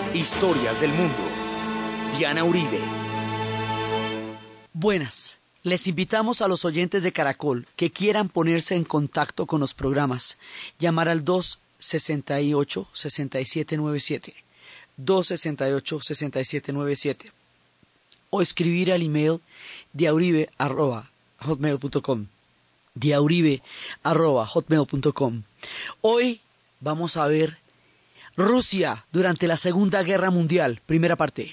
Historias del mundo. Diana Uribe. Buenas. Les invitamos a los oyentes de Caracol que quieran ponerse en contacto con los programas, llamar al 268-6797, 268-6797, o escribir al email diauribe@hotmail.com, diauribe@hotmail.com. Hoy vamos a ver Rusia durante la Segunda Guerra Mundial, primera parte.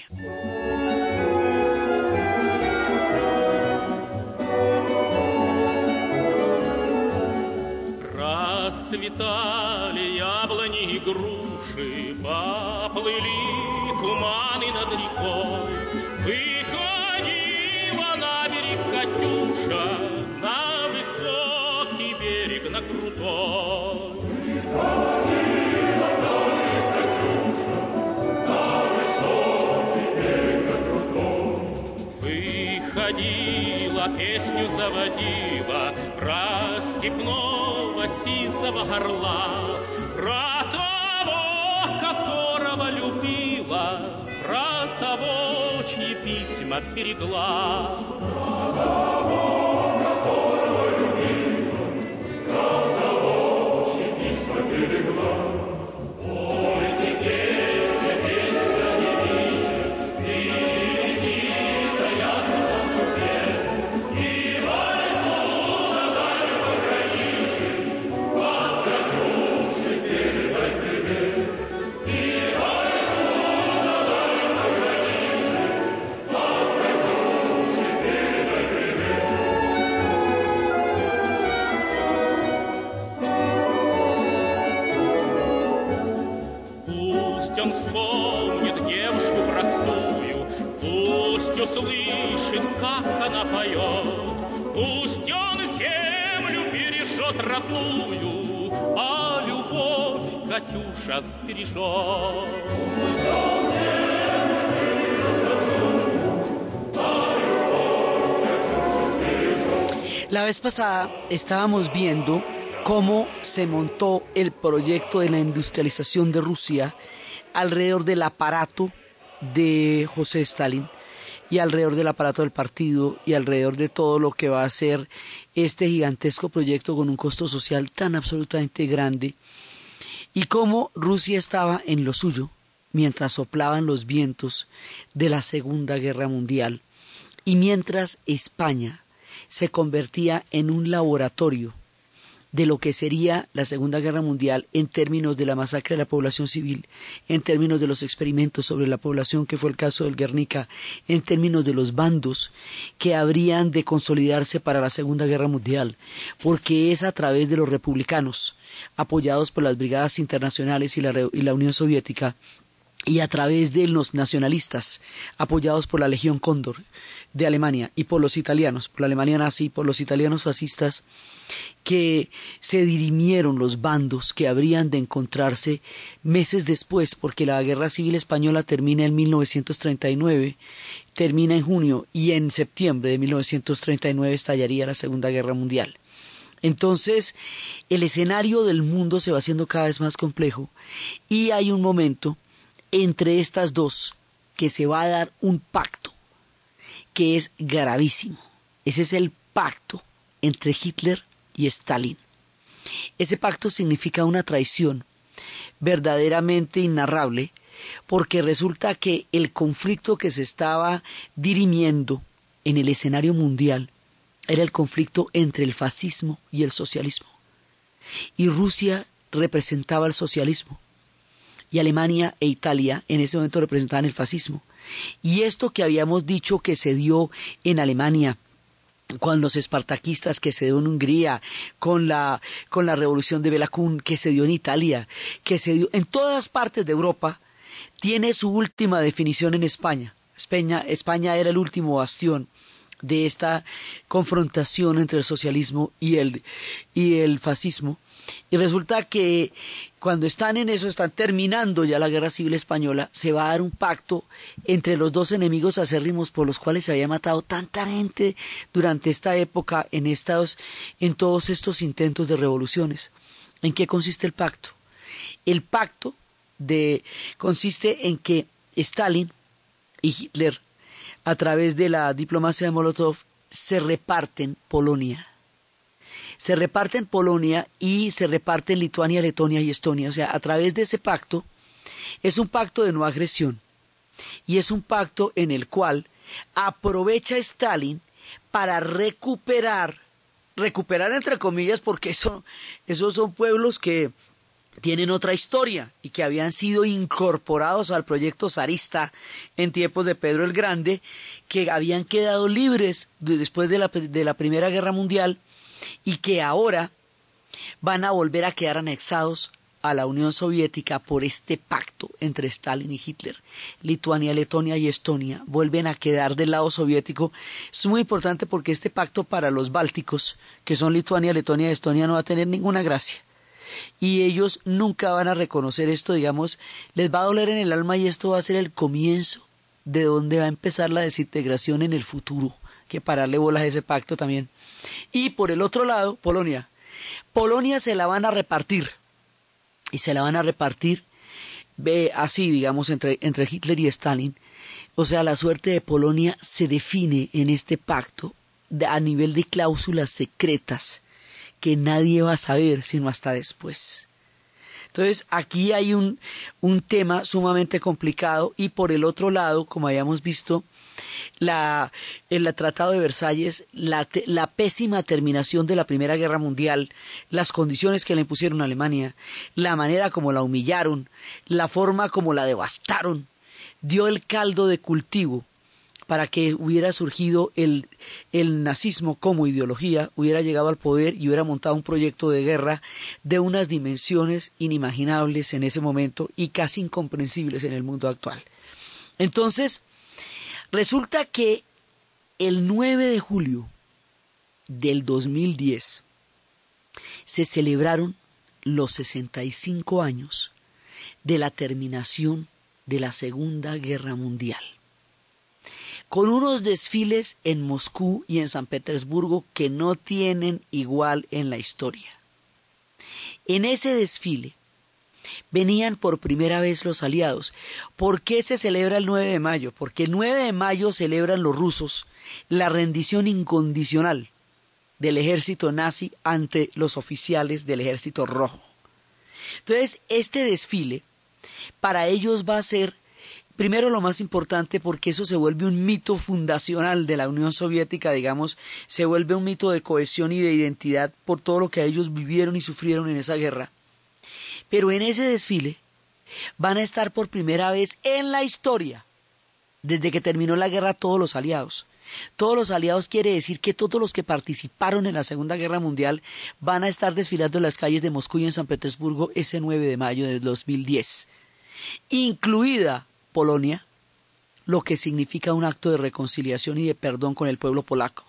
Расцветали яблони и груши, поплыли туманы над рекой. Выходила на берег Катюша, на высокий берег, на крутой. Выходила на берег Катюша, на высокий берег, на крутой. Выходила, песню заводила про степного сизого орла, про того, которого любила, про того, чьи письма берегла. Про того, которого любила, про того, чьи письма берегла. Ой, ты песня, песня за невича, ты лети за ясный солнце свет, и вальцу на дальнем пограничье, под Катюшей передай привет. И вальцу на дальнем пограничье, под Катюшей передай привет. Пусть он вспомнит девушку простую, пусть услышит, как она поет, пусть он землю бережет родную, а любовь Катюша сбережет. Пусть он землю бережет родную, а любовь Катюша сбережет. La vez pasada estábamos viendo cómo se montó el proyecto de la industrialización de Rusia alrededor del aparato de José Stalin y alrededor del aparato del partido y alrededor de todo lo que va a ser este gigantesco proyecto con un costo social tan absolutamente grande, y cómo Rusia estaba en lo suyo mientras soplaban los vientos de la Segunda Guerra Mundial y mientras España se convertía en un laboratorio de lo que sería la Segunda Guerra Mundial en términos de la masacre de la población civil, en términos de los experimentos sobre la población, que fue el caso del Guernica, en términos de los bandos que habrían de consolidarse para la Segunda Guerra Mundial, porque es a través de los republicanos, apoyados por las brigadas internacionales y la Unión Soviética, y a través de los nacionalistas, apoyados por la Legión Cóndor de Alemania y por los italianos, por la Alemania nazi y por los italianos fascistas, que se dirimieron los bandos que habrían de encontrarse meses después, porque la Guerra Civil Española termina en 1939, termina en junio, y en septiembre de 1939 estallaría la Segunda Guerra Mundial. Entonces, el escenario del mundo se va haciendo cada vez más complejo, y hay un momento entre estas dos que se va a dar un pacto que es gravísimo. Ese es el pacto entre Hitler y Stalin. Ese pacto significa una traición verdaderamente inarrable, porque resulta que el conflicto que se estaba dirimiendo en el escenario mundial era el conflicto entre el fascismo y el socialismo. Y Rusia representaba el socialismo, y Alemania e Italia en ese momento representaban el fascismo. Y esto que habíamos dicho que se dio en Alemania con los espartaquistas, que se dio en Hungría, con la revolución de Bela Kun, que se dio en Italia, que se dio en todas partes de Europa, tiene su última definición en España. España era el último bastión de esta confrontación entre el socialismo y el fascismo. Y resulta que cuando están en eso, están terminando ya la Guerra Civil Española, se va a dar un pacto entre los dos enemigos acérrimos por los cuales se había matado tanta gente durante esta época en todos estos intentos de revoluciones. ¿En qué consiste el pacto? El pacto consiste en que Stalin y Hitler, a través de la diplomacia de Molotov, se reparten Polonia. Se reparten Polonia y se reparten Lituania, Letonia y Estonia. O sea, a través de ese pacto, es un pacto de no agresión. Y es un pacto en el cual aprovecha Stalin para recuperar entre comillas, porque esos son pueblos que tienen otra historia y que habían sido incorporados al proyecto zarista en tiempos de Pedro el Grande, que habían quedado libres después de la Primera Guerra Mundial y que ahora van a volver a quedar anexados a la Unión Soviética por este pacto entre Stalin y Hitler. Lituania, Letonia y Estonia vuelven a quedar del lado soviético. Es muy importante porque este pacto para los bálticos, que son Lituania, Letonia y Estonia, no va a tener ninguna gracia. Y ellos nunca van a reconocer esto, digamos, les va a doler en el alma y esto va a ser el comienzo de donde va a empezar la desintegración en el futuro. Que pararle bolas a ese pacto también. Y por el otro lado, Polonia. Polonia se la van a repartir. Y se la van a repartir así, digamos, entre Hitler y Stalin. O sea, la suerte de Polonia se define en este pacto a nivel de cláusulas secretas que nadie va a saber sino hasta después. Entonces, aquí hay un tema sumamente complicado y por el otro lado, como habíamos visto, el Tratado de Versalles, la pésima terminación de la Primera Guerra Mundial, las condiciones que le impusieron a Alemania, la manera como la humillaron, la forma como la devastaron, dio el caldo de cultivo para que hubiera surgido el nazismo como ideología, hubiera llegado al poder y hubiera montado un proyecto de guerra de unas dimensiones inimaginables en ese momento y casi incomprensibles en el mundo actual. Entonces, resulta que el 9 de julio del 2010 se celebraron los 65 años de la terminación de la Segunda Guerra Mundial, con unos desfiles en Moscú y en San Petersburgo que no tienen igual en la historia. En ese desfile venían por primera vez los aliados. ¿Por qué se celebra el 9 de mayo? Porque el 9 de mayo celebran los rusos la rendición incondicional del ejército nazi ante los oficiales del ejército rojo. Entonces, este desfile para ellos va a ser, primero, lo más importante porque eso se vuelve un mito fundacional de la Unión Soviética, digamos, se vuelve un mito de cohesión y de identidad por todo lo que ellos vivieron y sufrieron en esa guerra. Pero en ese desfile van a estar por primera vez en la historia, desde que terminó la guerra, todos los aliados. Todos los aliados quiere decir que todos los que participaron en la Segunda Guerra Mundial van a estar desfilando en las calles de Moscú y en San Petersburgo ese 9 de mayo de 2010, incluida Polonia, lo que significa un acto de reconciliación y de perdón con el pueblo polaco.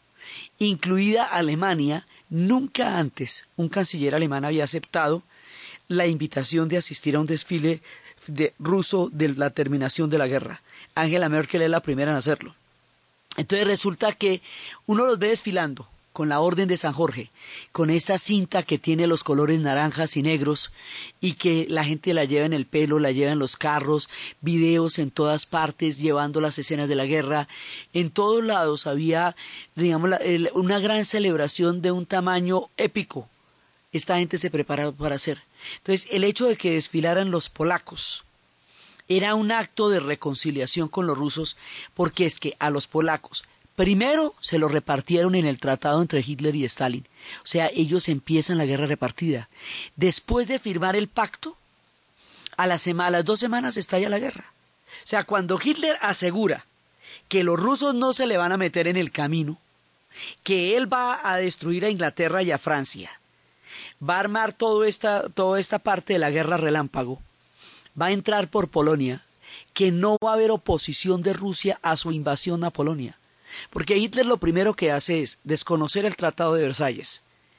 Incluida Alemania, nunca antes un canciller alemán había aceptado la invitación de asistir a un desfile ruso de la terminación de la guerra. Angela Merkel es la primera en hacerlo. Entonces resulta que uno los ve desfilando con la Orden de San Jorge, con esta cinta que tiene los colores naranjas y negros y que la gente la lleva en el pelo, la lleva en los carros, videos en todas partes llevando las escenas de la guerra. En todos lados había, digamos, una gran celebración de un tamaño épico. Esta gente se preparaba para hacer. Entonces, el hecho de que desfilaran los polacos era un acto de reconciliación con los rusos, porque es que a los polacos primero se los repartieron en el tratado entre Hitler y Stalin. O sea, ellos empiezan la guerra repartida. Después de firmar el pacto, a las 2 semanas estalla la guerra. O sea, cuando Hitler asegura que los rusos no se le van a meter en el camino, que él va a destruir a Inglaterra y a Francia, va a armar toda esta parte de la guerra relámpago, va a entrar por Polonia, que no va a haber oposición de Rusia a su invasión a Polonia. Porque Hitler lo primero que hace es desconocer el Tratado de Versalles,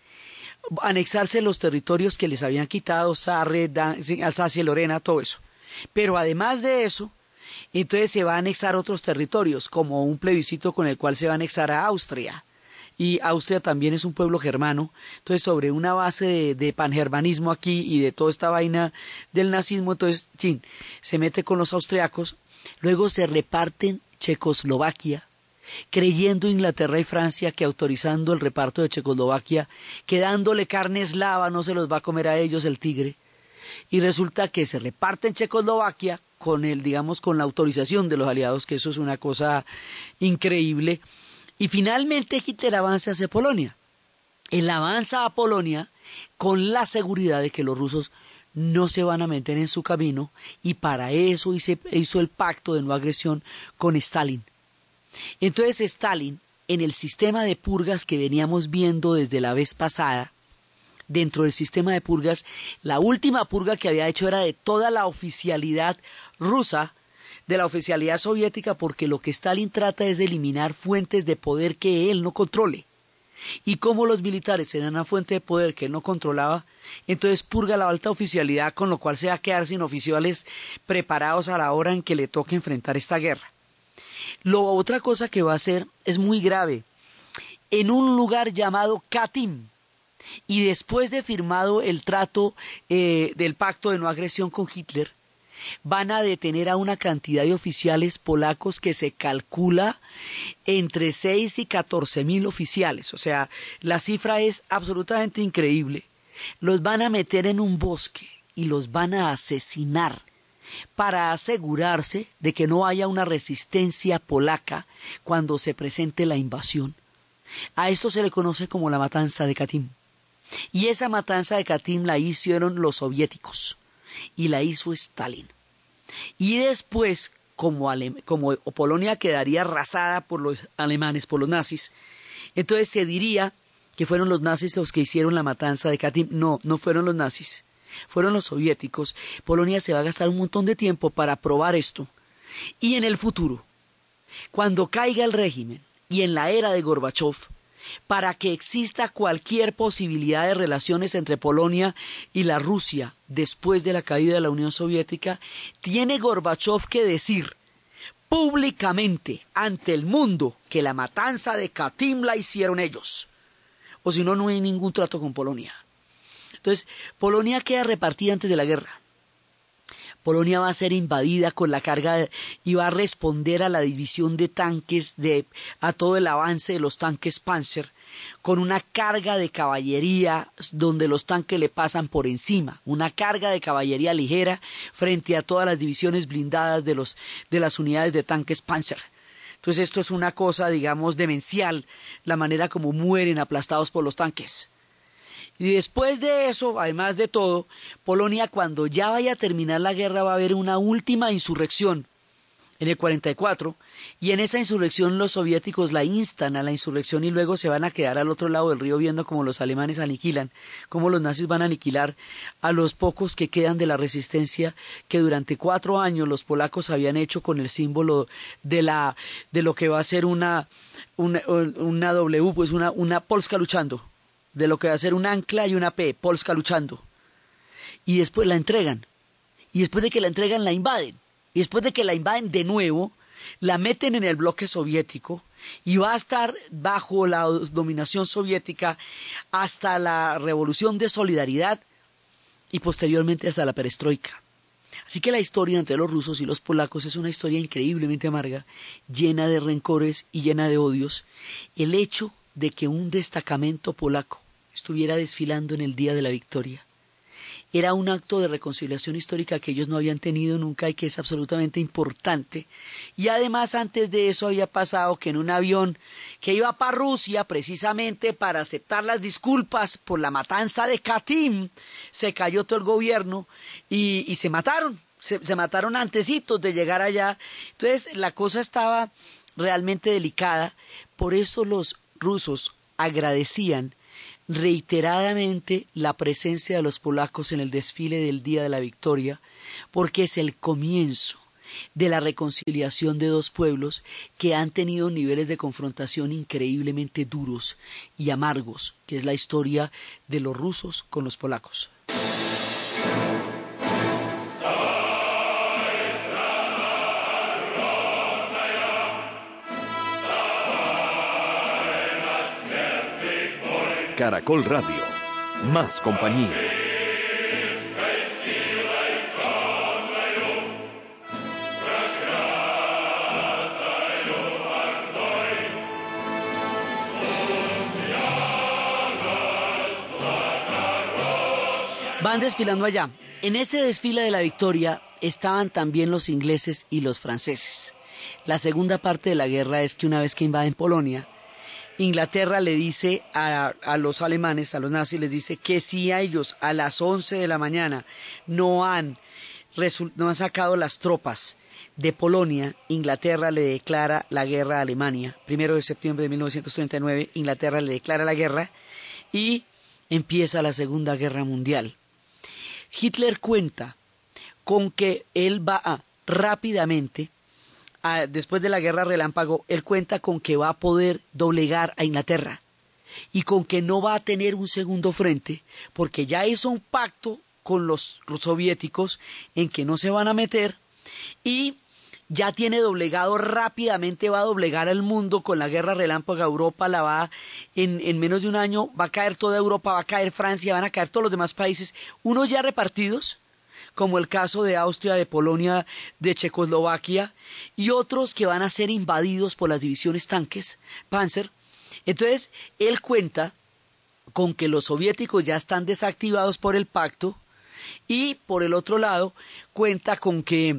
anexarse los territorios que les habían quitado, Sarre, Alsacia, Lorena, todo eso. Pero además de eso, entonces se va a anexar otros territorios, como un plebiscito con el cual se va a anexar a Austria. y Austria también es un pueblo germano. Entonces, sobre una base de pangermanismo aquí y de toda esta vaina del nazismo, entonces, chin, se mete con los austriacos, luego se reparten Checoslovaquia, creyendo Inglaterra y Francia que autorizando el reparto de Checoslovaquia, quedándole carne eslava, no se los va a comer a ellos el tigre, y resulta que se reparten Checoslovaquia con el, digamos, con la autorización de los aliados, que eso es una cosa increíble, y finalmente Hitler avanza hacia Polonia. Él avanza a Polonia con la seguridad de que los rusos no se van a meter en su camino, y para eso hizo el pacto de no agresión con Stalin. Entonces Stalin, en el sistema de purgas que veníamos viendo desde la vez pasada, dentro del sistema de purgas, la última purga que había hecho era de toda la oficialidad rusa, de la oficialidad soviética, porque lo que Stalin trata es de eliminar fuentes de poder que él no controle. Y como los militares eran una fuente de poder que él no controlaba, entonces purga la alta oficialidad, con lo cual se va a quedar sin oficiales preparados a la hora en que le toque enfrentar esta guerra. Otra cosa que va a hacer es muy grave. En un lugar llamado Katyn, y después de firmado el trato del pacto de no agresión con Hitler, van a detener a una cantidad de oficiales polacos que se calcula entre 6 y 14.000 oficiales. O sea, la cifra es absolutamente increíble. Los van a meter en un bosque y los van a asesinar para asegurarse de que no haya una resistencia polaca cuando se presente la invasión. A esto se le conoce como la matanza de Katyn. Y esa matanza de Katyn la hicieron los soviéticos y la hizo Stalin. Y después, como Polonia quedaría arrasada por los alemanes, por los nazis, entonces se diría que fueron los nazis los que hicieron la matanza de Katyn. No, no fueron los nazis. Fueron los soviéticos. Polonia se va a gastar un montón de tiempo para probar esto. Y en el futuro, cuando caiga el régimen y en la era de Gorbachov, para que exista cualquier posibilidad de relaciones entre Polonia y la Rusia después de la caída de la Unión Soviética, tiene Gorbachov que decir públicamente ante el mundo que la matanza de Katyn la hicieron ellos. O si no, no hay ningún trato con Polonia. Entonces, Polonia queda repartida antes de la guerra. Polonia va a ser invadida con la carga y va a responder a la división de tanques, a todo el avance de los tanques Panzer, con una carga de caballería donde los tanques le pasan por encima, una carga de caballería ligera frente a todas las divisiones blindadas de las unidades de tanques Panzer. Entonces esto es una cosa, digamos, demencial, la manera como mueren aplastados por los tanques. Y después de eso, además de todo, Polonia, cuando ya vaya a terminar la guerra, va a haber una última insurrección en el 44, y en esa insurrección los soviéticos la instan a la insurrección y luego se van a quedar al otro lado del río viendo cómo los alemanes aniquilan, cómo los nazis van a aniquilar a los pocos que quedan de la resistencia que durante 4 años los polacos habían hecho con el símbolo de lo que va a ser una W, pues una Polska luchando, de lo que va a ser un ancla y una P, Polska luchando. Y después la entregan. Y después de que la entregan, la invaden. Y después de que la invaden de nuevo, la meten en el bloque soviético y va a estar bajo la dominación soviética hasta la Revolución de Solidaridad y posteriormente hasta la perestroika. Así que la historia entre los rusos y los polacos es una historia increíblemente amarga, llena de rencores y llena de odios. El hecho de que un destacamento polaco estuviera desfilando en el día de la victoria era un acto de reconciliación histórica que ellos no habían tenido nunca y que es absolutamente importante. Y además antes de eso había pasado que en un avión que iba para Rusia precisamente para aceptar las disculpas por la matanza de Katyn, se cayó todo el gobierno y se mataron. Se mataron antecitos de llegar allá. Entonces la cosa estaba realmente delicada. Por eso los rusos agradecían reiteradamente la presencia de los polacos en el desfile del Día de la Victoria, porque es el comienzo de la reconciliación de dos pueblos que han tenido niveles de confrontación increíblemente duros y amargos, que es la historia de los rusos con los polacos. Caracol Radio. Más compañía. Van desfilando allá. En ese desfile de la victoria estaban también los ingleses y los franceses. La segunda parte de la guerra es que una vez que invaden Polonia, Inglaterra le dice a los alemanes, a los nazis, les dice que si a ellos a las 11 de la mañana no han sacado las tropas de Polonia, Inglaterra le declara la guerra a Alemania. 1 de septiembre de 1939, Inglaterra le declara la guerra y empieza la Segunda Guerra Mundial. Hitler cuenta con que él va rápidamente, después de la guerra relámpago, él cuenta con que va a poder doblegar a Inglaterra y con que no va a tener un segundo frente, porque ya hizo un pacto con los soviéticos en que no se van a meter y ya tiene doblegado rápidamente, va a doblegar al mundo con la guerra relámpago. Europa la va, en menos de un año, va a caer toda Europa, va a caer Francia, van a caer todos los demás países, unos ya repartidos, como el caso de Austria, de Polonia, de Checoslovaquia, y otros que van a ser invadidos por las divisiones tanques, Panzer. Entonces, él cuenta con que los soviéticos ya están desactivados por el pacto, y por el otro lado, cuenta con que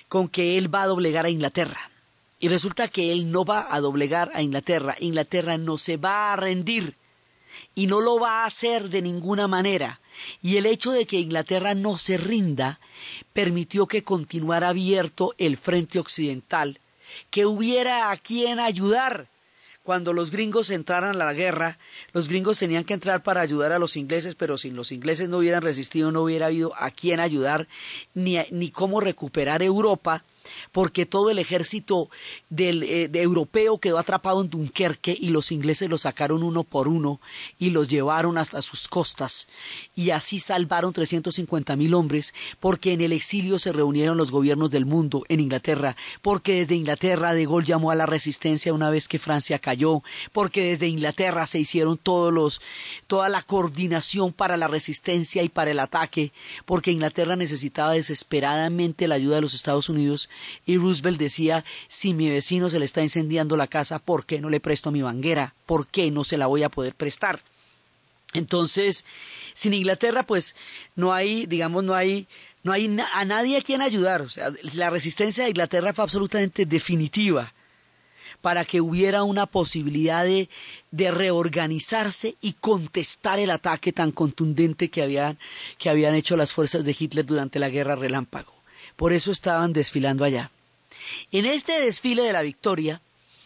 él va a doblegar a Inglaterra. Y resulta que él no va a doblegar a Inglaterra. Inglaterra no se va a rendir y no lo va a hacer de ninguna manera. Y el hecho de que Inglaterra no se rinda permitió que continuara abierto el frente occidental, que hubiera a quien ayudar. Cuando los gringos entraran a la guerra, los gringos tenían que entrar para ayudar a los ingleses, pero si los ingleses no hubieran resistido, no hubiera habido a quién ayudar, ni cómo recuperar Europa, porque todo el ejército de europeo quedó atrapado en Dunkerque y los ingleses los sacaron uno por uno y los llevaron hasta sus costas, y así salvaron 350.000 hombres, porque en el exilio se reunieron los gobiernos del mundo en Inglaterra, porque desde Inglaterra De Gaulle llamó a la resistencia una vez que Francia cayó, porque desde Inglaterra se hicieron toda la coordinación para la resistencia y para el ataque, porque Inglaterra necesitaba desesperadamente la ayuda de los Estados Unidos. Y Roosevelt decía, si mi vecino se le está incendiando la casa, ¿por qué no le presto mi manguera? ¿Por qué no se la voy a poder prestar? Entonces, sin Inglaterra, pues, no hay a nadie a quien ayudar. O sea, la resistencia de Inglaterra fue absolutamente definitiva para que hubiera una posibilidad de reorganizarse y contestar el ataque tan contundente que habían hecho las fuerzas de Hitler durante la Guerra Relámpago. Por eso estaban desfilando allá. En este desfile de la victoria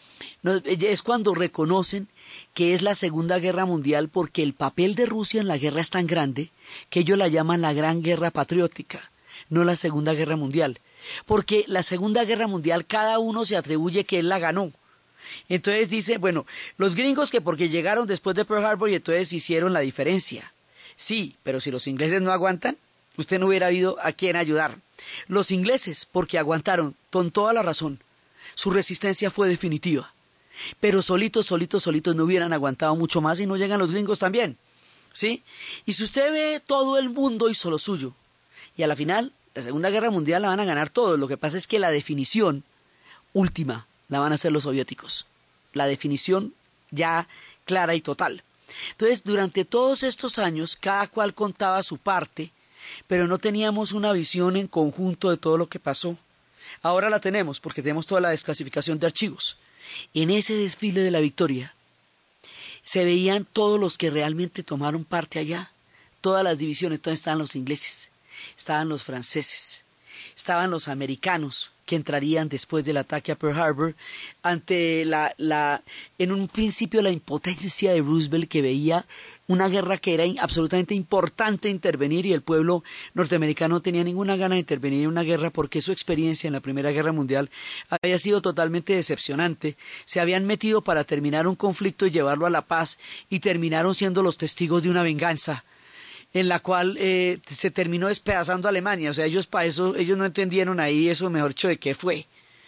es cuando reconocen que es la Segunda Guerra Mundial, porque el papel de Rusia en la guerra es tan grande que ellos la llaman la Gran Guerra Patriótica, no la Segunda Guerra Mundial. Porque la Segunda Guerra Mundial cada uno se atribuye que él la ganó. Entonces dice, bueno, los gringos que porque llegaron después de Pearl Harbor y entonces hicieron la diferencia. Sí, pero si los ingleses no aguantan, usted no hubiera habido a quién ayudar. Los ingleses, porque aguantaron con toda la razón, su resistencia fue definitiva. Pero solitos no hubieran aguantado mucho más y no llegan los gringos también, ¿sí? Y si usted ve, todo el mundo hizo lo suyo. Y a la final, la Segunda Guerra Mundial la van a ganar todos. Lo que pasa es que la definición última la van a hacer los soviéticos. La definición ya clara y total. Entonces, durante todos estos años, cada cual contaba su parte, pero no teníamos una visión en conjunto de todo lo que pasó. Ahora la tenemos, porque tenemos toda la desclasificación de archivos. En ese desfile de la victoria se veían todos los que realmente tomaron parte allá, todas las divisiones. Entonces estaban los ingleses, estaban los franceses, estaban los americanos, que entrarían después del ataque a Pearl Harbor, ante en un principio la impotencia de Roosevelt, que veía una guerra que era absolutamente importante intervenir, y el pueblo norteamericano no tenía ninguna gana de intervenir en una guerra porque su experiencia en la Primera Guerra Mundial había sido totalmente decepcionante. Se habían metido para terminar un conflicto y llevarlo a la paz, y terminaron siendo los testigos de una venganza en la cual se terminó despedazando a Alemania. O sea, ellos no entendieron ahí eso, mejor dicho, de qué fue.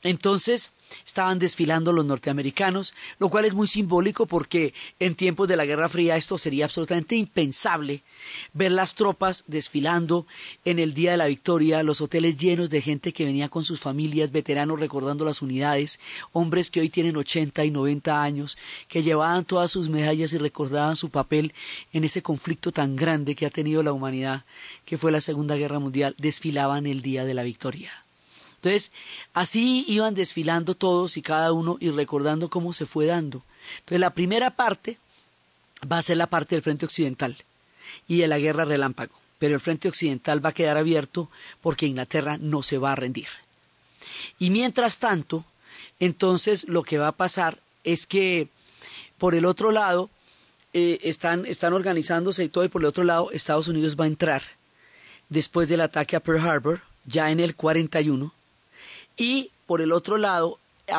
Entonces estaban desfilando los norteamericanos, lo cual es muy simbólico porque en tiempos de la Guerra Fría esto sería absolutamente impensable, ver las tropas desfilando en el Día de la Victoria, los hoteles llenos de gente que venía con sus familias, veteranos recordando las unidades, hombres que hoy tienen 80 y 90 años, que llevaban todas sus medallas y recordaban su papel en ese conflicto tan grande que ha tenido la humanidad, que fue la Segunda Guerra Mundial, desfilaban el Día de la Victoria. Entonces, así iban desfilando todos y cada uno y recordando cómo se fue dando. Entonces, la primera parte va a ser la parte del frente occidental y de la guerra relámpago, pero el frente occidental va a quedar abierto porque Inglaterra no se va a rendir. Y mientras tanto, entonces lo que va a pasar es que por el otro lado están organizándose y todo, y por el otro lado Estados Unidos va a entrar después del ataque a Pearl Harbor, ya en el 41, y por el otro lado,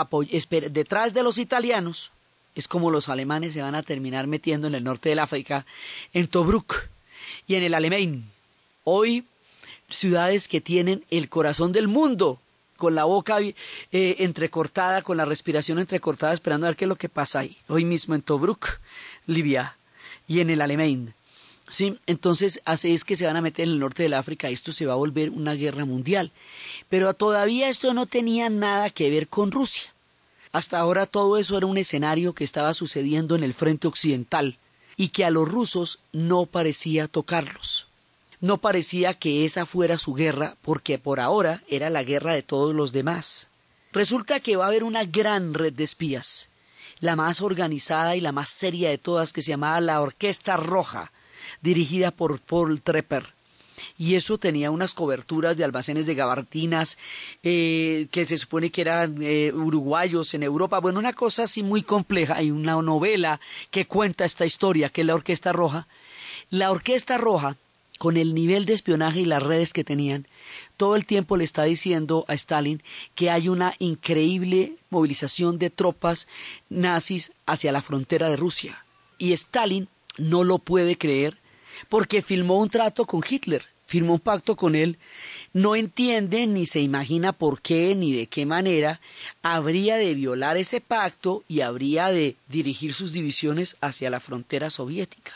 detrás de los italianos, es como los alemanes se van a terminar metiendo en el norte del África, en Tobruk y en el Alamein. Hoy, ciudades que tienen el corazón del mundo, con la boca entrecortada, con la respiración entrecortada, esperando a ver qué es lo que pasa ahí. Hoy mismo en Tobruk, Libia, y en el Alamein. Sí, entonces así es que se van a meter en el norte del África, esto se va a volver una guerra mundial. Pero todavía esto no tenía nada que ver con Rusia. Hasta ahora todo eso era un escenario que estaba sucediendo en el frente occidental y que a los rusos no parecía tocarlos. No parecía que esa fuera su guerra, porque por ahora era la guerra de todos los demás. Resulta que va a haber una gran red de espías, la más organizada y la más seria de todas, que se llamaba la Orquesta Roja, dirigida por Paul Trepper, y eso tenía unas coberturas de almacenes de gabardinas que se supone que eran uruguayos en Europa. Bueno, una cosa así muy compleja. Hay una novela que cuenta esta historia, que es la Orquesta Roja. La Orquesta Roja, con el nivel de espionaje y las redes que tenían, todo el tiempo le está diciendo a Stalin que hay una increíble movilización de tropas nazis hacia la frontera de Rusia. Y Stalin no lo puede creer, porque firmó un trato con Hitler, firmó un pacto con él, no entiende ni se imagina por qué ni de qué manera habría de violar ese pacto y habría de dirigir sus divisiones hacia la frontera soviética.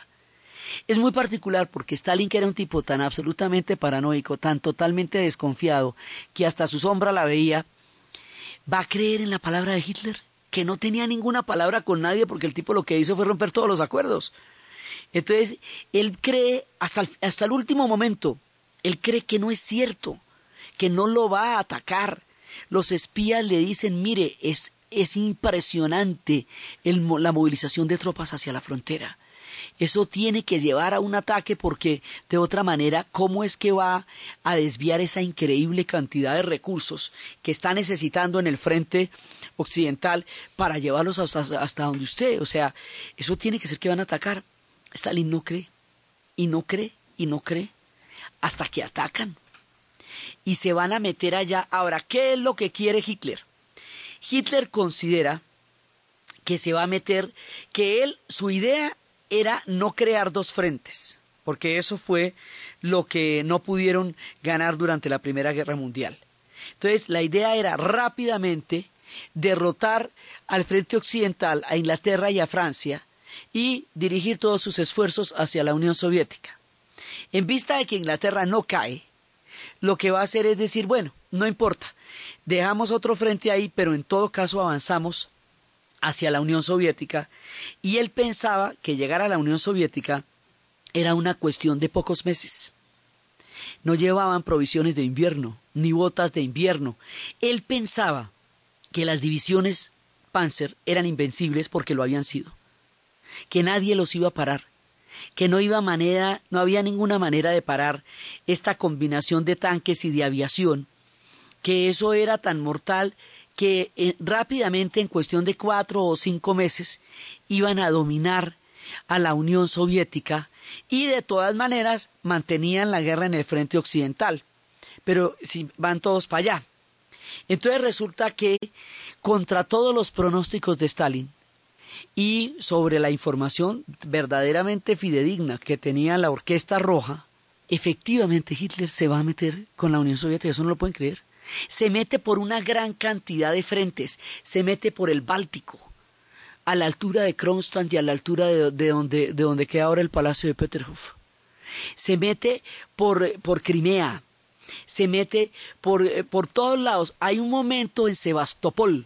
Es muy particular porque Stalin, que era un tipo tan absolutamente paranoico, tan totalmente desconfiado, que hasta su sombra la veía, va a creer en la palabra de Hitler, que no tenía ninguna palabra con nadie porque el tipo lo que hizo fue romper todos los acuerdos. Entonces, él cree hasta el último momento, él cree que no es cierto, que no lo va a atacar. Los espías le dicen, mire, es impresionante la movilización de tropas hacia la frontera. Eso tiene que llevar a un ataque porque, de otra manera, ¿cómo es que va a desviar esa increíble cantidad de recursos que está necesitando en el frente occidental para llevarlos hasta donde usted? O sea, eso tiene que ser que van a atacar. Stalin no cree, y no cree, y no cree, hasta que atacan. Y se van a meter allá. Ahora, ¿qué es lo que quiere Hitler? Hitler considera que se va a meter, que su idea era no crear dos frentes, porque eso fue lo que no pudieron ganar durante la Primera Guerra Mundial. Entonces, la idea era rápidamente derrotar al frente occidental, a Inglaterra y a Francia, y dirigir todos sus esfuerzos hacia la Unión Soviética. En vista de que Inglaterra no cae, lo que va a hacer es decir, bueno, no importa, dejamos otro frente ahí, pero en todo caso avanzamos hacia la Unión Soviética, y él pensaba que llegar a la Unión Soviética era una cuestión de pocos meses. No llevaban provisiones de invierno, ni botas de invierno. Él pensaba que las divisiones Panzer eran invencibles porque lo habían sido, que nadie los iba a parar, que no había ninguna manera de parar esta combinación de tanques y de aviación, que eso era tan mortal que rápidamente, en cuestión de 4 o 5 meses, iban a dominar a la Unión Soviética y de todas maneras mantenían la guerra en el frente occidental, pero si van todos para allá. Entonces resulta que, contra todos los pronósticos de Stalin y sobre la información verdaderamente fidedigna que tenía la Orquesta Roja, efectivamente Hitler se va a meter con la Unión Soviética. Eso no lo pueden creer. Se mete por una gran cantidad de frentes, se mete por el Báltico, a la altura de Kronstadt y a la altura de donde queda ahora el Palacio de Peterhof. Se mete por Crimea, se mete por todos lados. Hay un momento en Sebastopol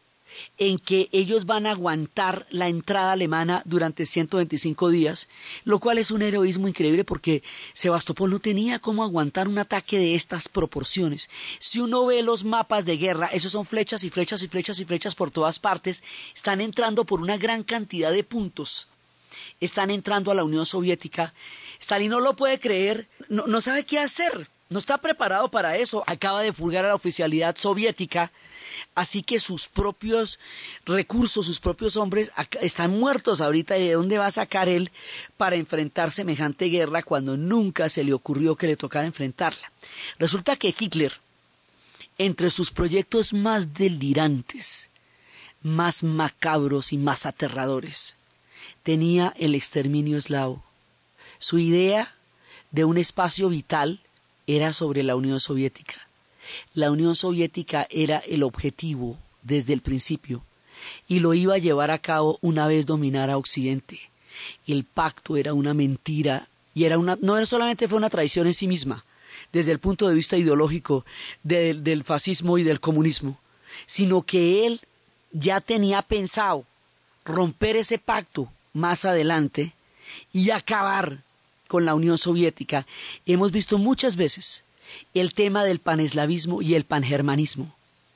en que ellos van a aguantar la entrada alemana durante 125 días, lo cual es un heroísmo increíble porque Sebastopol no tenía cómo aguantar un ataque de estas proporciones. Si uno ve los mapas de guerra, esos son flechas y flechas y flechas y flechas por todas partes, están entrando por una gran cantidad de puntos, están entrando a la Unión Soviética. Stalin no lo puede creer, no sabe qué hacer, no está preparado para eso, acaba de fugar a la oficialidad soviética. Así que sus propios recursos, sus propios hombres están muertos ahorita. ¿Y de dónde va a sacar él para enfrentar semejante guerra cuando nunca se le ocurrió que le tocara enfrentarla? Resulta que Hitler, entre sus proyectos más delirantes, más macabros y más aterradores, tenía el exterminio eslavo. Su idea de un espacio vital era sobre la Unión Soviética. La Unión Soviética era el objetivo desde el principio y lo iba a llevar a cabo una vez dominara Occidente. El pacto era una mentira y no solamente fue una traición en sí misma, desde el punto de vista ideológico del fascismo y del comunismo, sino que él ya tenía pensado romper ese pacto más adelante y acabar con la Unión Soviética. Hemos visto muchas veces el tema del paneslavismo y el pangermanismo.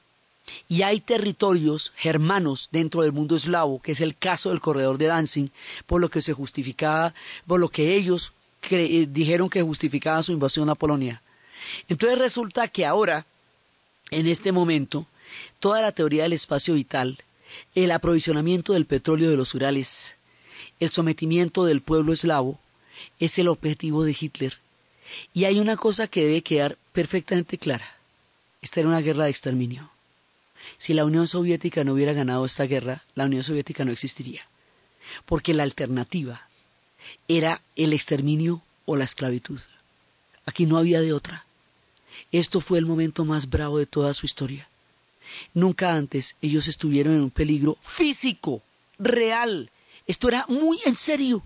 Y hay territorios germanos dentro del mundo eslavo, que es el caso del corredor de Danzig, por lo que se justificaba, por lo que ellos dijeron que justificaba su invasión a Polonia. Entonces resulta que ahora, en este momento, toda la teoría del espacio vital, el aprovisionamiento del petróleo de los Urales, el sometimiento del pueblo eslavo, es el objetivo de Hitler. Y hay una cosa que debe quedar perfectamente clara. Esta era una guerra de exterminio. Si la Unión Soviética no hubiera ganado esta guerra, la Unión Soviética no existiría. Porque la alternativa era el exterminio o la esclavitud. Aquí no había de otra. Esto fue el momento más bravo de toda su historia. Nunca antes ellos estuvieron en un peligro físico, real. Esto era muy en serio.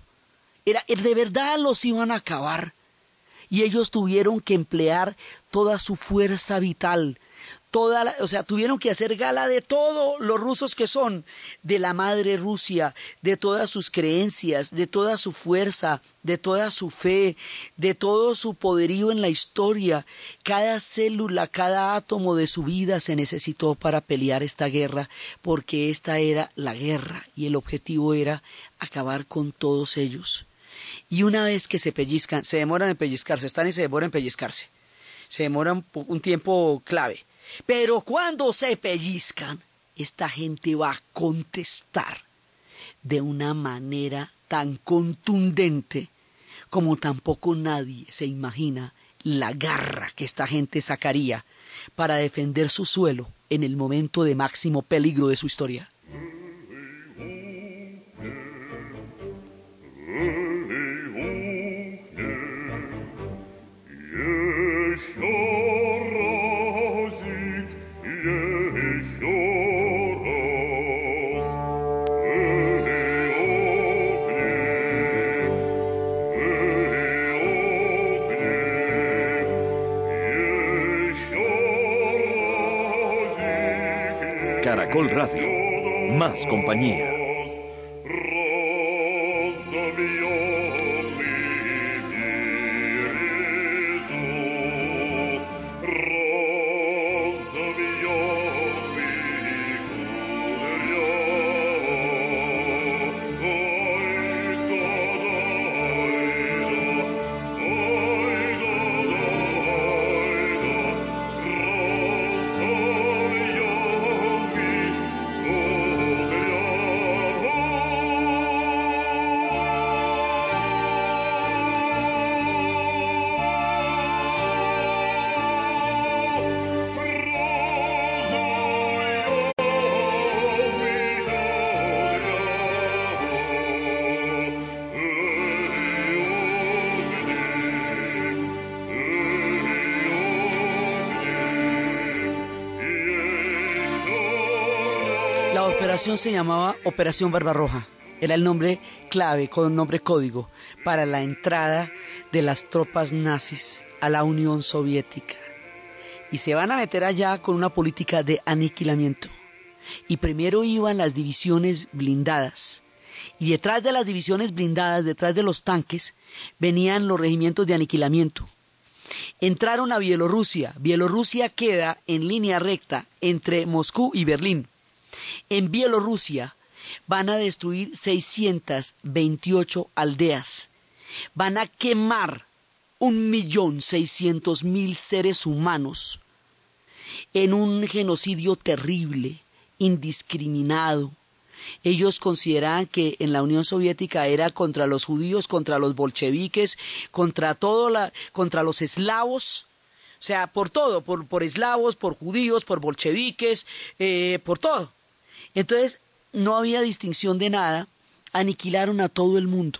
De verdad los iban a acabar. Y ellos tuvieron que emplear toda su fuerza vital, tuvieron que hacer gala de todo los rusos que son, de la madre Rusia, de todas sus creencias, de toda su fuerza, de toda su fe, de todo su poderío en la historia. Cada célula, cada átomo de su vida se necesitó para pelear esta guerra, porque esta era la guerra y el objetivo era acabar con todos ellos. Y una vez que se pellizcan, se demoran en pellizcarse, están y se demoran en pellizcarse. Se demoran un tiempo clave. Pero cuando se pellizcan, esta gente va a contestar de una manera tan contundente como tampoco nadie se imagina la garra que esta gente sacaría para defender su suelo en el momento de máximo peligro de su historia. Caracol Radio, más compañía. La operación se llamaba Operación Barbarroja. Era el nombre clave, con nombre código, para la entrada de las tropas nazis a la Unión Soviética. Y se van a meter allá con una política de aniquilamiento. Y primero iban las divisiones blindadas. Y detrás de las divisiones blindadas, detrás de los tanques, venían los regimientos de aniquilamiento. Entraron a Bielorrusia. Bielorrusia queda en línea recta entre Moscú y Berlín. En Bielorrusia van a destruir 628 aldeas. Van a quemar 1.600.000 seres humanos en un genocidio terrible, indiscriminado. Ellos consideraban que en la Unión Soviética era contra los judíos, contra los bolcheviques, contra los eslavos, o sea, por todo, por eslavos, por judíos, por bolcheviques, por todo. Entonces, no había distinción de nada, aniquilaron a todo el mundo.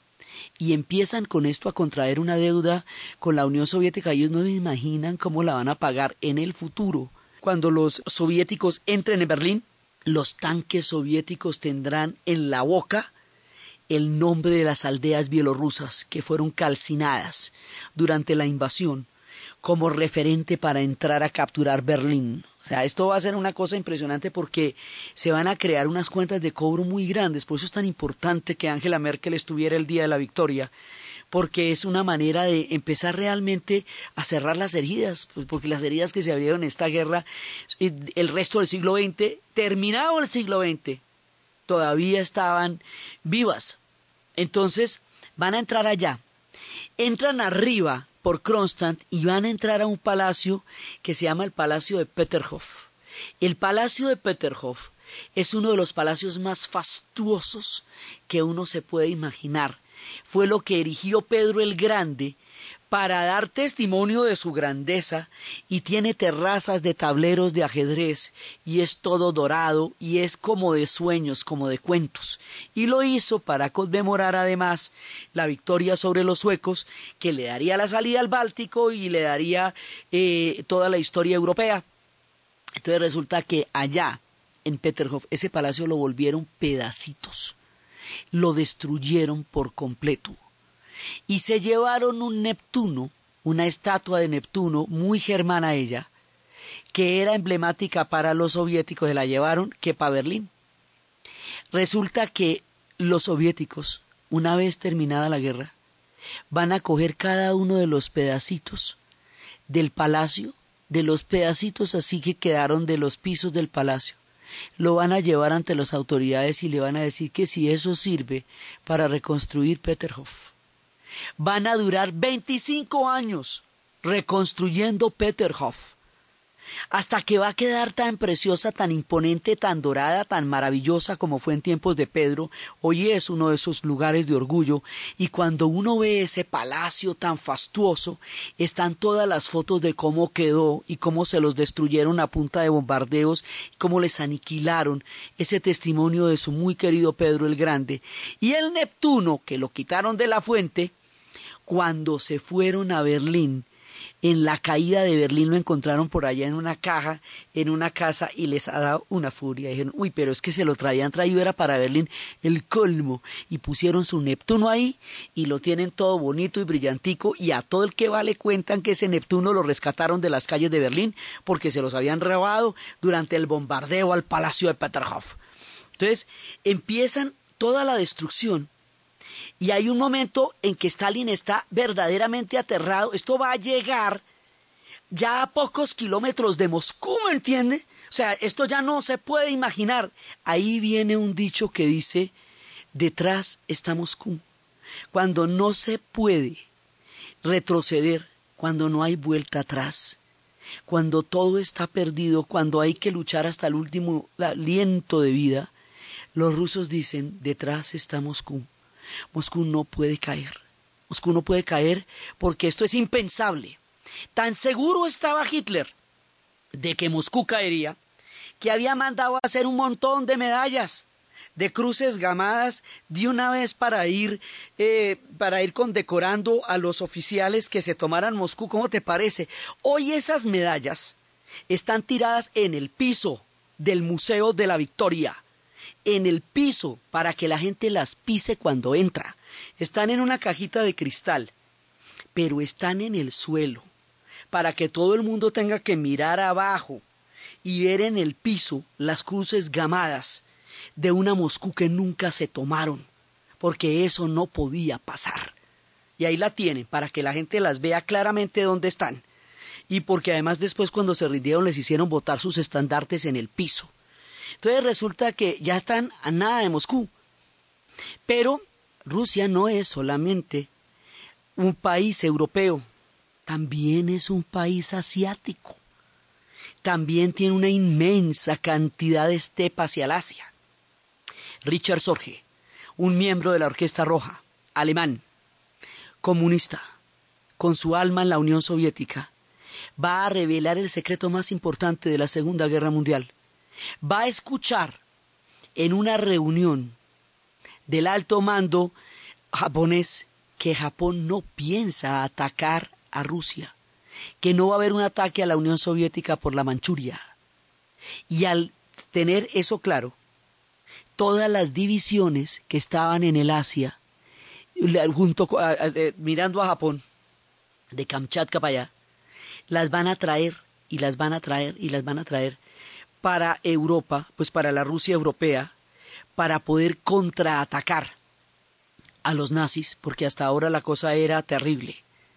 Y empiezan con esto a contraer una deuda con la Unión Soviética. Ellos no se imaginan cómo la van a pagar en el futuro. Cuando los soviéticos entren en Berlín, los tanques soviéticos tendrán en la boca el nombre de las aldeas bielorrusas que fueron calcinadas durante la invasión como referente para entrar a capturar Berlín. O sea, esto va a ser una cosa impresionante porque se van a crear unas cuentas de cobro muy grandes. Por eso es tan importante que Angela Merkel estuviera el día de la victoria, porque es una manera de empezar realmente a cerrar las heridas, porque las heridas que se abrieron en esta guerra, el resto del siglo XX, terminado el siglo XX, todavía estaban vivas. Entonces van a entrar allá, entran arriba por Kronstadt y van a entrar a un palacio que se llama el Palacio de Peterhof. El Palacio de Peterhof es uno de los palacios más fastuosos que uno se puede imaginar. Fue lo que erigió Pedro el Grande para dar testimonio de su grandeza, y tiene terrazas de tableros de ajedrez y es todo dorado y es como de sueños, como de cuentos, y lo hizo para conmemorar además la victoria sobre los suecos, que le daría la salida al Báltico y le daría toda la historia europea. Entonces resulta que allá en Peterhof ese palacio lo volvieron pedacitos, lo destruyeron por completo. Y se llevaron un Neptuno, una estatua de Neptuno, muy germana ella, que era emblemática para los soviéticos, se la llevaron que para Berlín. Resulta que los soviéticos, una vez terminada la guerra, van a coger cada uno de los pedacitos del palacio, de los pedacitos así que quedaron de los pisos del palacio, lo van a llevar ante las autoridades y le van a decir que si eso sirve para reconstruir Peterhof. Van a durar 25 años reconstruyendo Peterhof, hasta que va a quedar tan preciosa, tan imponente, tan dorada, tan maravillosa como fue en tiempos de Pedro. Hoy es uno de esos lugares de orgullo, y cuando uno ve ese palacio tan fastuoso, están todas las fotos de cómo quedó y cómo se los destruyeron a punta de bombardeos, cómo les aniquilaron, ese testimonio de su muy querido Pedro el Grande. Y el Neptuno, que lo quitaron de la fuente, cuando se fueron a Berlín, en la caída de Berlín lo encontraron por allá en una caja, en una casa, y les ha dado una furia. Dijeron, uy, pero es que se lo traían traído, era para Berlín, el colmo. Y pusieron su Neptuno ahí, y lo tienen todo bonito y brillantico, y a todo el que va le cuentan que ese Neptuno lo rescataron de las calles de Berlín, porque se los habían robado durante el bombardeo al Palacio de Peterhof. Entonces, empiezan toda la destrucción. Y hay un momento en que Stalin está verdaderamente aterrado. Esto va a llegar ya a pocos kilómetros de Moscú, ¿me entiende? O sea, esto ya no se puede imaginar. Ahí viene un dicho que dice, detrás está Moscú. Cuando no se puede retroceder, cuando no hay vuelta atrás, cuando todo está perdido, cuando hay que luchar hasta el último aliento de vida, los rusos dicen, detrás está Moscú. Moscú no puede caer. Moscú no puede caer porque esto es impensable. Tan seguro estaba Hitler de que Moscú caería, que había mandado a hacer un montón de medallas, de cruces gamadas, de una vez para ir condecorando a los oficiales que se tomaran Moscú. ¿Cómo te parece? Hoy esas medallas están tiradas en el piso del Museo de la Victoria, en el piso, para que la gente las pise cuando entra. Están en una cajita de cristal, pero están en el suelo, para que todo el mundo tenga que mirar abajo y ver en el piso las cruces gamadas de una Moscú que nunca se tomaron, porque eso no podía pasar. Y ahí la tienen, para que la gente las vea claramente dónde están. Y porque además después cuando se rindieron les hicieron botar sus estandartes en el piso. Entonces resulta que ya están a nada de Moscú. Pero Rusia no es solamente un país europeo, también es un país asiático. También tiene una inmensa cantidad de estepa hacia el Asia. Richard Sorge, un miembro de la Orquesta Roja, alemán, comunista, con su alma en la Unión Soviética, va a revelar el secreto más importante de la Segunda Guerra Mundial. Va a escuchar en una reunión del alto mando japonés que Japón no piensa atacar a Rusia, que no va a haber un ataque a la Unión Soviética por la Manchuria. Y al tener eso claro, todas las divisiones que estaban en el Asia, mirando a Japón, de Kamchatka para allá, las van a traer y las van a traer y las van a traer para Europa, pues para la Rusia europea, para poder contraatacar a los nazis, porque hasta ahora la cosa era terrible.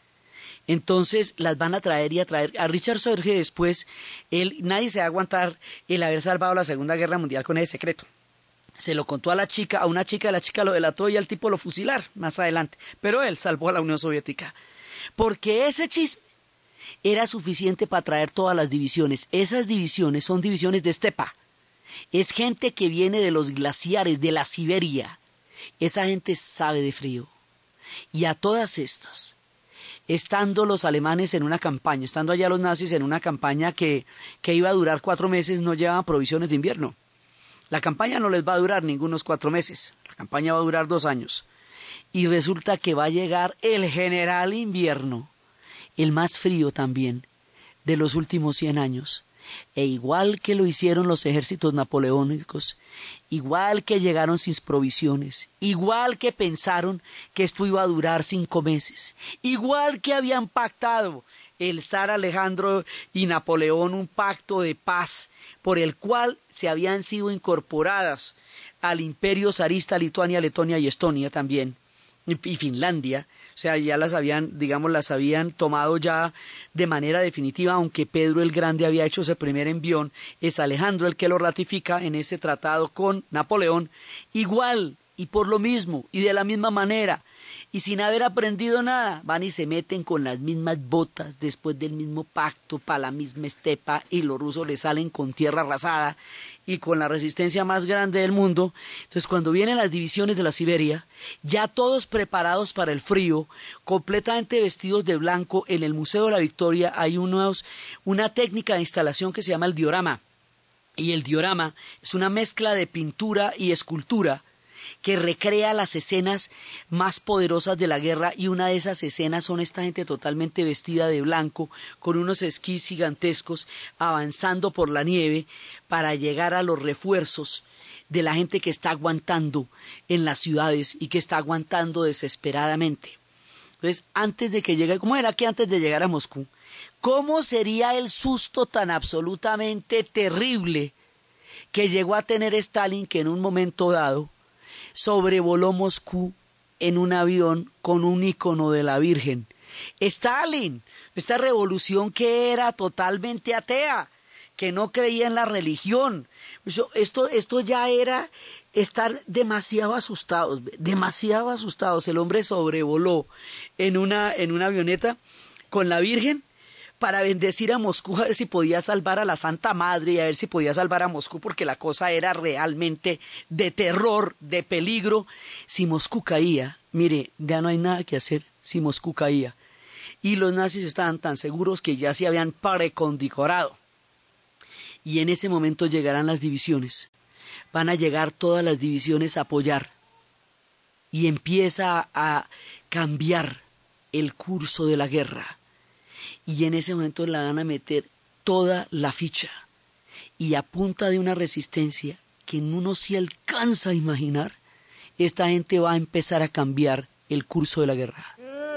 Entonces las van a traer y a traer. A Richard Sorge después, nadie se va a aguantar el haber salvado la Segunda Guerra Mundial con ese secreto. Se lo contó a una chica, la chica lo delató y al tipo lo fusilar más adelante. Pero él salvó a la Unión Soviética. Porque ese chisme era suficiente para traer todas las divisiones. Esas divisiones son divisiones de estepa. Es gente que viene de los glaciares, de la Siberia. Esa gente sabe de frío. Y a todas estas, estando los alemanes en una campaña, estando allá los nazis en una campaña que iba a durar 4 meses, no llevaban provisiones de invierno. La campaña no les va a durar ningunos 4 meses. La campaña va a durar 2 años. Y resulta que va a llegar el general invierno, el más frío también, de los últimos 100 años. E igual que lo hicieron los ejércitos napoleónicos, igual que llegaron sin provisiones, igual que pensaron que esto iba a durar 5 meses, igual que habían pactado el zar Alejandro y Napoleón un pacto de paz por el cual se habían sido incorporadas al imperio zarista Lituania, Letonia y Estonia también, y Finlandia, o sea, ya las habían tomado ya de manera definitiva, aunque Pedro el Grande había hecho ese primer envión, es Alejandro el que lo ratifica en ese tratado con Napoleón, igual y por lo mismo y de la misma manera, y sin haber aprendido nada, van y se meten con las mismas botas después del mismo pacto para la misma estepa y los rusos les salen con tierra arrasada y con la resistencia más grande del mundo. Entonces cuando vienen las divisiones de la Siberia, ya todos preparados para el frío, completamente vestidos de blanco, en el Museo de la Victoria hay una técnica de instalación que se llama el diorama. Y el diorama es una mezcla de pintura y escultura que recrea las escenas más poderosas de la guerra, y una de esas escenas son esta gente totalmente vestida de blanco, con unos esquís gigantescos, avanzando por la nieve para llegar a los refuerzos de la gente que está aguantando en las ciudades y que está aguantando desesperadamente. Entonces, antes de que llegue, ¿cómo era que antes de llegar a Moscú? ¿Cómo sería el susto tan absolutamente terrible que llegó a tener Stalin, que en un momento dado sobrevoló Moscú en un avión con un ícono de la Virgen? Stalin, esta revolución que era totalmente atea, que no creía en la religión. Esto ya era estar demasiado asustados. El hombre sobrevoló en una avioneta con la Virgen para bendecir a Moscú, a ver si podía salvar a la Santa Madre y a ver si podía salvar a Moscú, porque la cosa era realmente de terror, de peligro. Si Moscú caía, mire, ya no hay nada que hacer si Moscú caía. Y los nazis estaban tan seguros que ya se habían precondecorado. Y en ese momento llegarán las divisiones. Van a llegar todas las divisiones a apoyar. Y empieza a cambiar el curso de la guerra. Y en ese momento la van a meter toda la ficha. y a punta de una resistencia que uno se alcanza a imaginar, esta gente va a empezar a cambiar el curso de la guerra.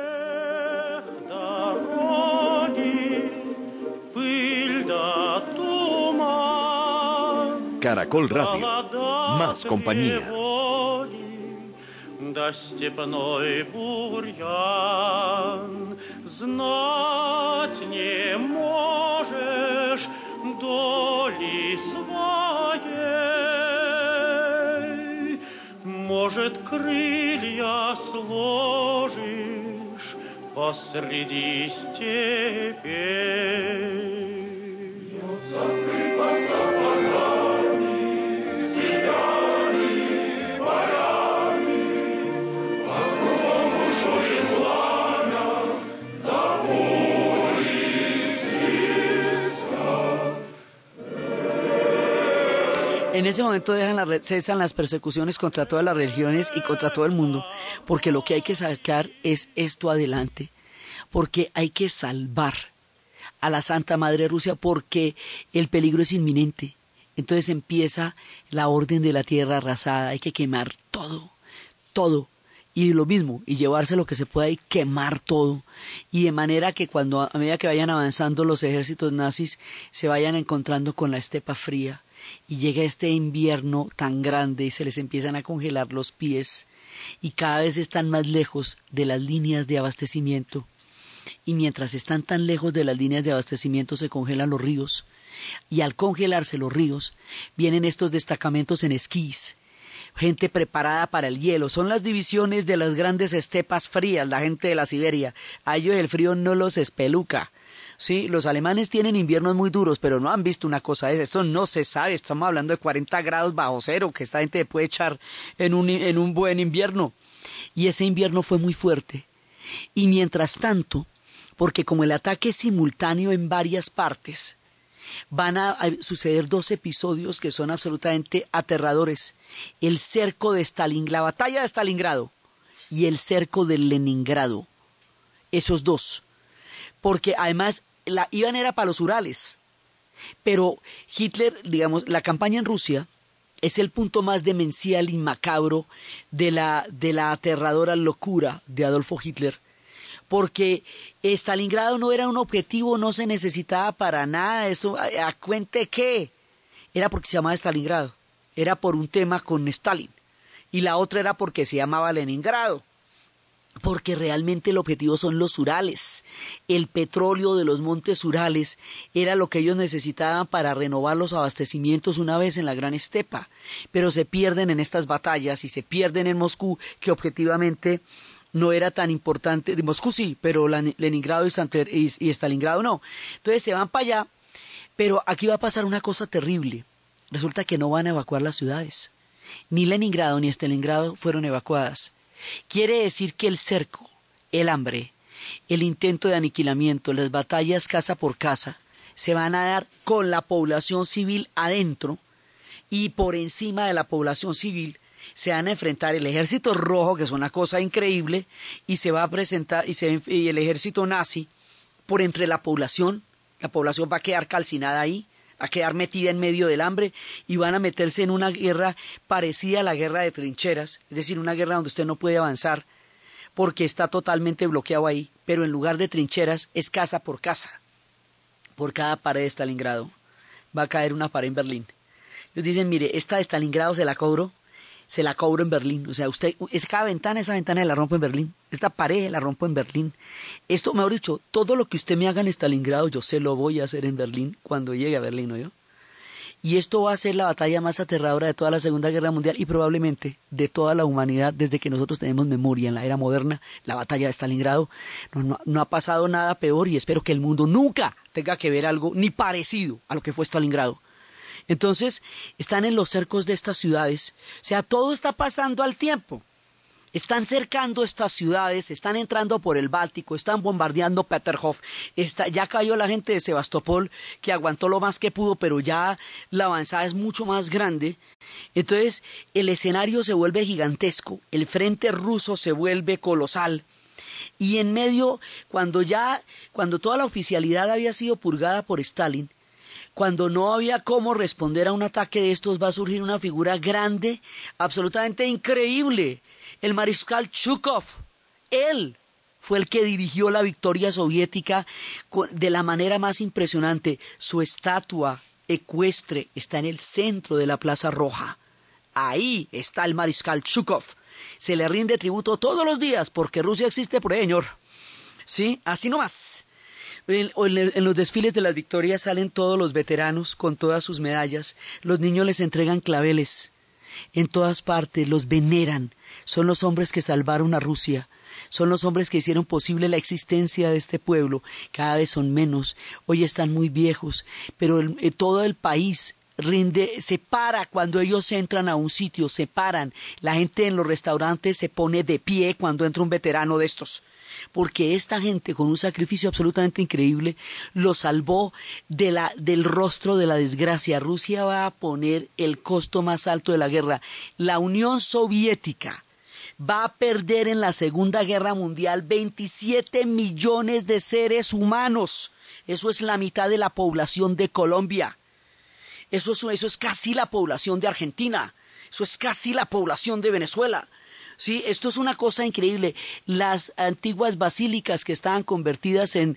Caracol Radio, más compañía. Да степной бурьян знать не можешь доли своей, может, крылья сложишь посреди степей. En ese momento cesan las persecuciones contra todas las religiones y contra todo el mundo, porque lo que hay que sacar es esto adelante, porque hay que salvar a la Santa Madre Rusia, porque el peligro es inminente. Entonces empieza la orden de la tierra arrasada, hay que quemar todo, todo, y lo mismo, y llevarse lo que se pueda y quemar todo, y de manera que a medida que vayan avanzando los ejércitos nazis, se vayan encontrando con la estepa fría, y llega este invierno tan grande y se les empiezan a congelar los pies y cada vez están más lejos de las líneas de abastecimiento, y mientras están tan lejos de las líneas de abastecimiento se congelan los ríos, y al congelarse los ríos vienen estos destacamentos en esquís, gente preparada para el hielo. Son las divisiones de las grandes estepas frías, la gente de la Siberia. A ellos el frío no los espeluca. Sí, los alemanes tienen inviernos muy duros, pero no han visto una cosa de esa. Esto no se sabe, estamos hablando de 40 grados bajo cero, que esta gente puede echar en un buen invierno. Y ese invierno fue muy fuerte. Y mientras tanto, porque como el ataque es simultáneo en varias partes, van a suceder dos episodios que son absolutamente aterradores. El cerco de Stalingrado, la batalla de Stalingrado y el cerco de Leningrado. Esos dos. Porque además iban era para los Urales, pero Hitler, digamos, la campaña en Rusia es el punto más demencial y macabro de la aterradora locura de Adolfo Hitler, porque Stalingrado no era un objetivo, no se necesitaba para nada, eso, ¿a cuente qué? Era porque se llamaba Stalingrado, era por un tema con Stalin, y la otra era porque se llamaba Leningrado. Porque realmente el objetivo son los Urales. El petróleo de los montes Urales era lo que ellos necesitaban para renovar los abastecimientos una vez en la gran estepa. Pero se pierden en estas batallas y se pierden en Moscú, que objetivamente no era tan importante. De Moscú sí, pero Leningrado y Stalingrado no. Entonces se van para allá, pero aquí va a pasar una cosa terrible. Resulta que no van a evacuar las ciudades. Ni Leningrado ni Stalingrado fueron evacuadas. Quiere decir que el cerco, el hambre, el intento de aniquilamiento, las batallas casa por casa, se van a dar con la población civil adentro, y por encima de la población civil se van a enfrentar el ejército rojo, que es una cosa increíble, y se va a presentar y el ejército nazi por entre la población va a quedar calcinada ahí, a quedar metida en medio del hambre, y van a meterse en una guerra parecida a la guerra de trincheras, es decir, una guerra donde usted no puede avanzar porque está totalmente bloqueado ahí, pero en lugar de trincheras es casa por casa. Por cada pared de Stalingrado va a caer una pared en Berlín. Ellos dicen, mire, esta de Stalingrado se la cobro en Berlín. O sea, usted, esa ventana la rompo en Berlín. Esta pared la rompo en Berlín. Esto, mejor dicho, todo lo que usted me haga en Stalingrado, yo se lo voy a hacer en Berlín cuando llegue a Berlín, ¿no yo? Y esto va a ser la batalla más aterradora de toda la Segunda Guerra Mundial y probablemente de toda la humanidad desde que nosotros tenemos memoria en la era moderna. La batalla de Stalingrado no ha pasado nada peor, y espero que el mundo nunca tenga que ver algo ni parecido a lo que fue Stalingrado. Entonces, están en los cercos de estas ciudades. O sea, todo está pasando al tiempo. Están cercando estas ciudades, están entrando por el Báltico, están bombardeando Peterhof. Ya cayó la gente de Sebastopol, que aguantó lo más que pudo, pero ya la avanzada es mucho más grande. Entonces, el escenario se vuelve gigantesco, el frente ruso se vuelve colosal. Y en medio, cuando toda la oficialidad había sido purgada por Stalin, Cuando no había cómo responder a un ataque de estos, va a surgir una figura grande, absolutamente increíble, el mariscal Zhukov. Él fue el que dirigió la victoria soviética de la manera más impresionante. Su estatua ecuestre está en el centro de la Plaza Roja. Ahí está el mariscal Zhukov. Se le rinde tributo todos los días porque Rusia existe por señor. ¿Sí? Así nomás. En los desfiles de las victorias salen todos los veteranos con todas sus medallas. Los niños les entregan claveles. En todas partes los veneran. Son los hombres que salvaron a Rusia. Son los hombres que hicieron posible la existencia de este pueblo. Cada vez son menos. Hoy están muy viejos. Pero todo el país se para cuando ellos entran a un sitio. Se paran. La gente en los restaurantes se pone de pie cuando entra un veterano de estos. Porque esta gente, con un sacrificio absolutamente increíble, lo salvó del rostro de la desgracia. Rusia va a poner el costo más alto de la guerra. La Unión Soviética va a perder en la Segunda Guerra Mundial 27 millones de seres humanos. Eso es la mitad de la población de Colombia. Eso es casi la población de Argentina. Eso es casi la población de Venezuela. Sí, esto es una cosa increíble. Las antiguas basílicas que estaban convertidas en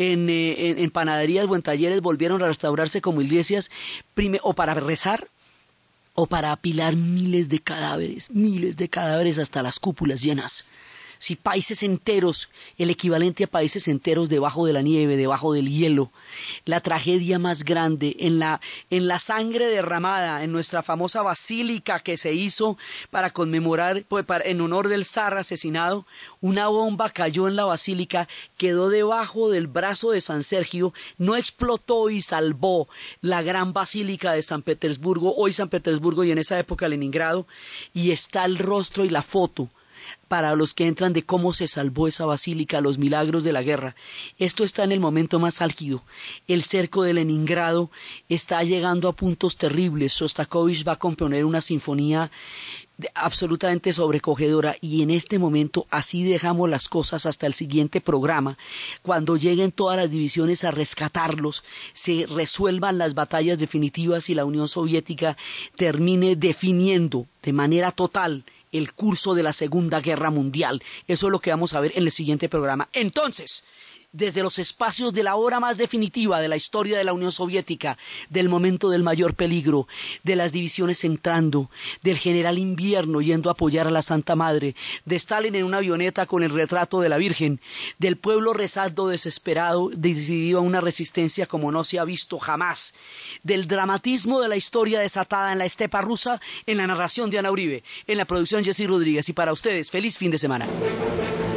panaderías o en talleres volvieron a restaurarse como iglesias, o para rezar o para apilar miles de cadáveres hasta las cúpulas llenas. Sí, países enteros, el equivalente a países enteros debajo de la nieve, debajo del hielo. La tragedia más grande en la sangre derramada en nuestra famosa basílica que se hizo para conmemorar, en honor del zar asesinado. Una bomba cayó en la basílica, quedó debajo del brazo de San Sergio, no explotó y salvó la gran basílica de San Petersburgo, hoy San Petersburgo y en esa época Leningrado, y está el rostro y la foto para los que entran de cómo se salvó esa basílica, los milagros de la guerra. Esto está en el momento más álgido. El cerco de Leningrado está llegando a puntos terribles. Shostakovich va a componer una sinfonía absolutamente sobrecogedora, y en este momento así dejamos las cosas hasta el siguiente programa, cuando lleguen todas las divisiones a rescatarlos, se resuelvan las batallas definitivas y la Unión Soviética termine definiendo de manera total el curso de la Segunda Guerra Mundial. Eso es lo que vamos a ver en el siguiente programa. Entonces, desde los espacios de la hora más definitiva de la historia de la Unión Soviética, del momento del mayor peligro, de las divisiones entrando, del general Invierno yendo a apoyar a la Santa Madre, de Stalin en una avioneta con el retrato de la Virgen, del pueblo rezando desesperado, decidido a una resistencia como no se ha visto jamás, del dramatismo de la historia desatada en la estepa rusa, en la narración de Ana Uribe, en la producción Jessy Rodríguez, y para ustedes, feliz fin de semana.